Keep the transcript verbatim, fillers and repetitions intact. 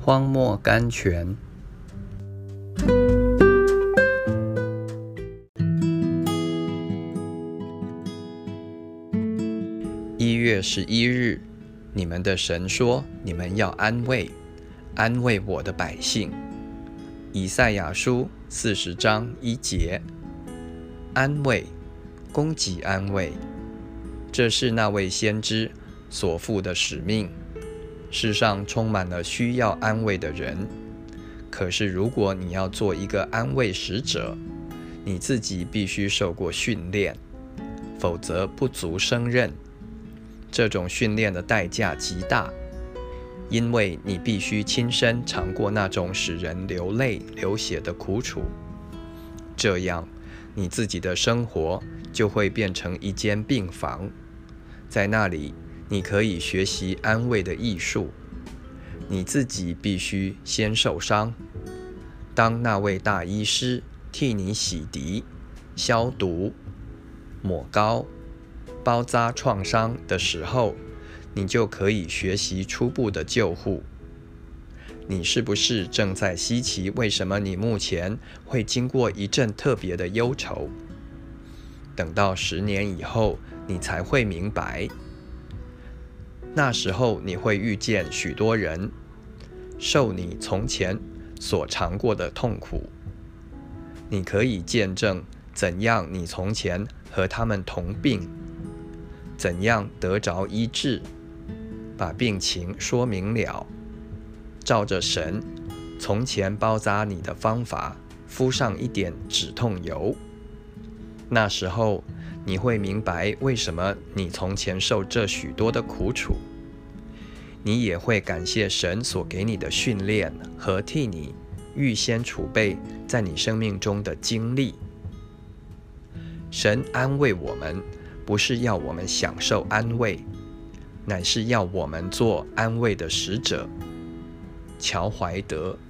荒漠甘泉。一月十一日，你们的神说：你们要安慰，安慰我的百姓。以赛亚书四十章一节。安慰，供给安慰，这是那位先知所负的使命。世上充满了需要安慰的人，可是如果你要做一个安慰使者，你自己必须受过训练，否则不足胜任。这种训练的代价极大，因为你必须亲身尝过那种使人流泪流血的苦楚，这样你自己的生活就会变成一间病房，在那里你可以学习安慰的艺术。你自己必须先受伤，当那位大医师替你洗涤、消毒、抹膏、包扎创伤的时候，你就可以学习初步的救护。你是不是正在稀奇为什么你目前会经过一阵特别的忧愁？等到十年以后，你才会明白。那时候你会遇见许多人，受你从前所尝过的痛苦。你可以见证怎样你从前和他们同病，怎样得着医治，把病情说明了，照着神从前包扎你的方法，敷上一点止痛油。那时候你会明白为什么你从前受这许多的苦楚，你也会感谢神所给你的训练和替你预先储备在你生命中的经历。神安慰我们，不是要我们享受安慰，乃是要我们做安慰的使者。乔怀德。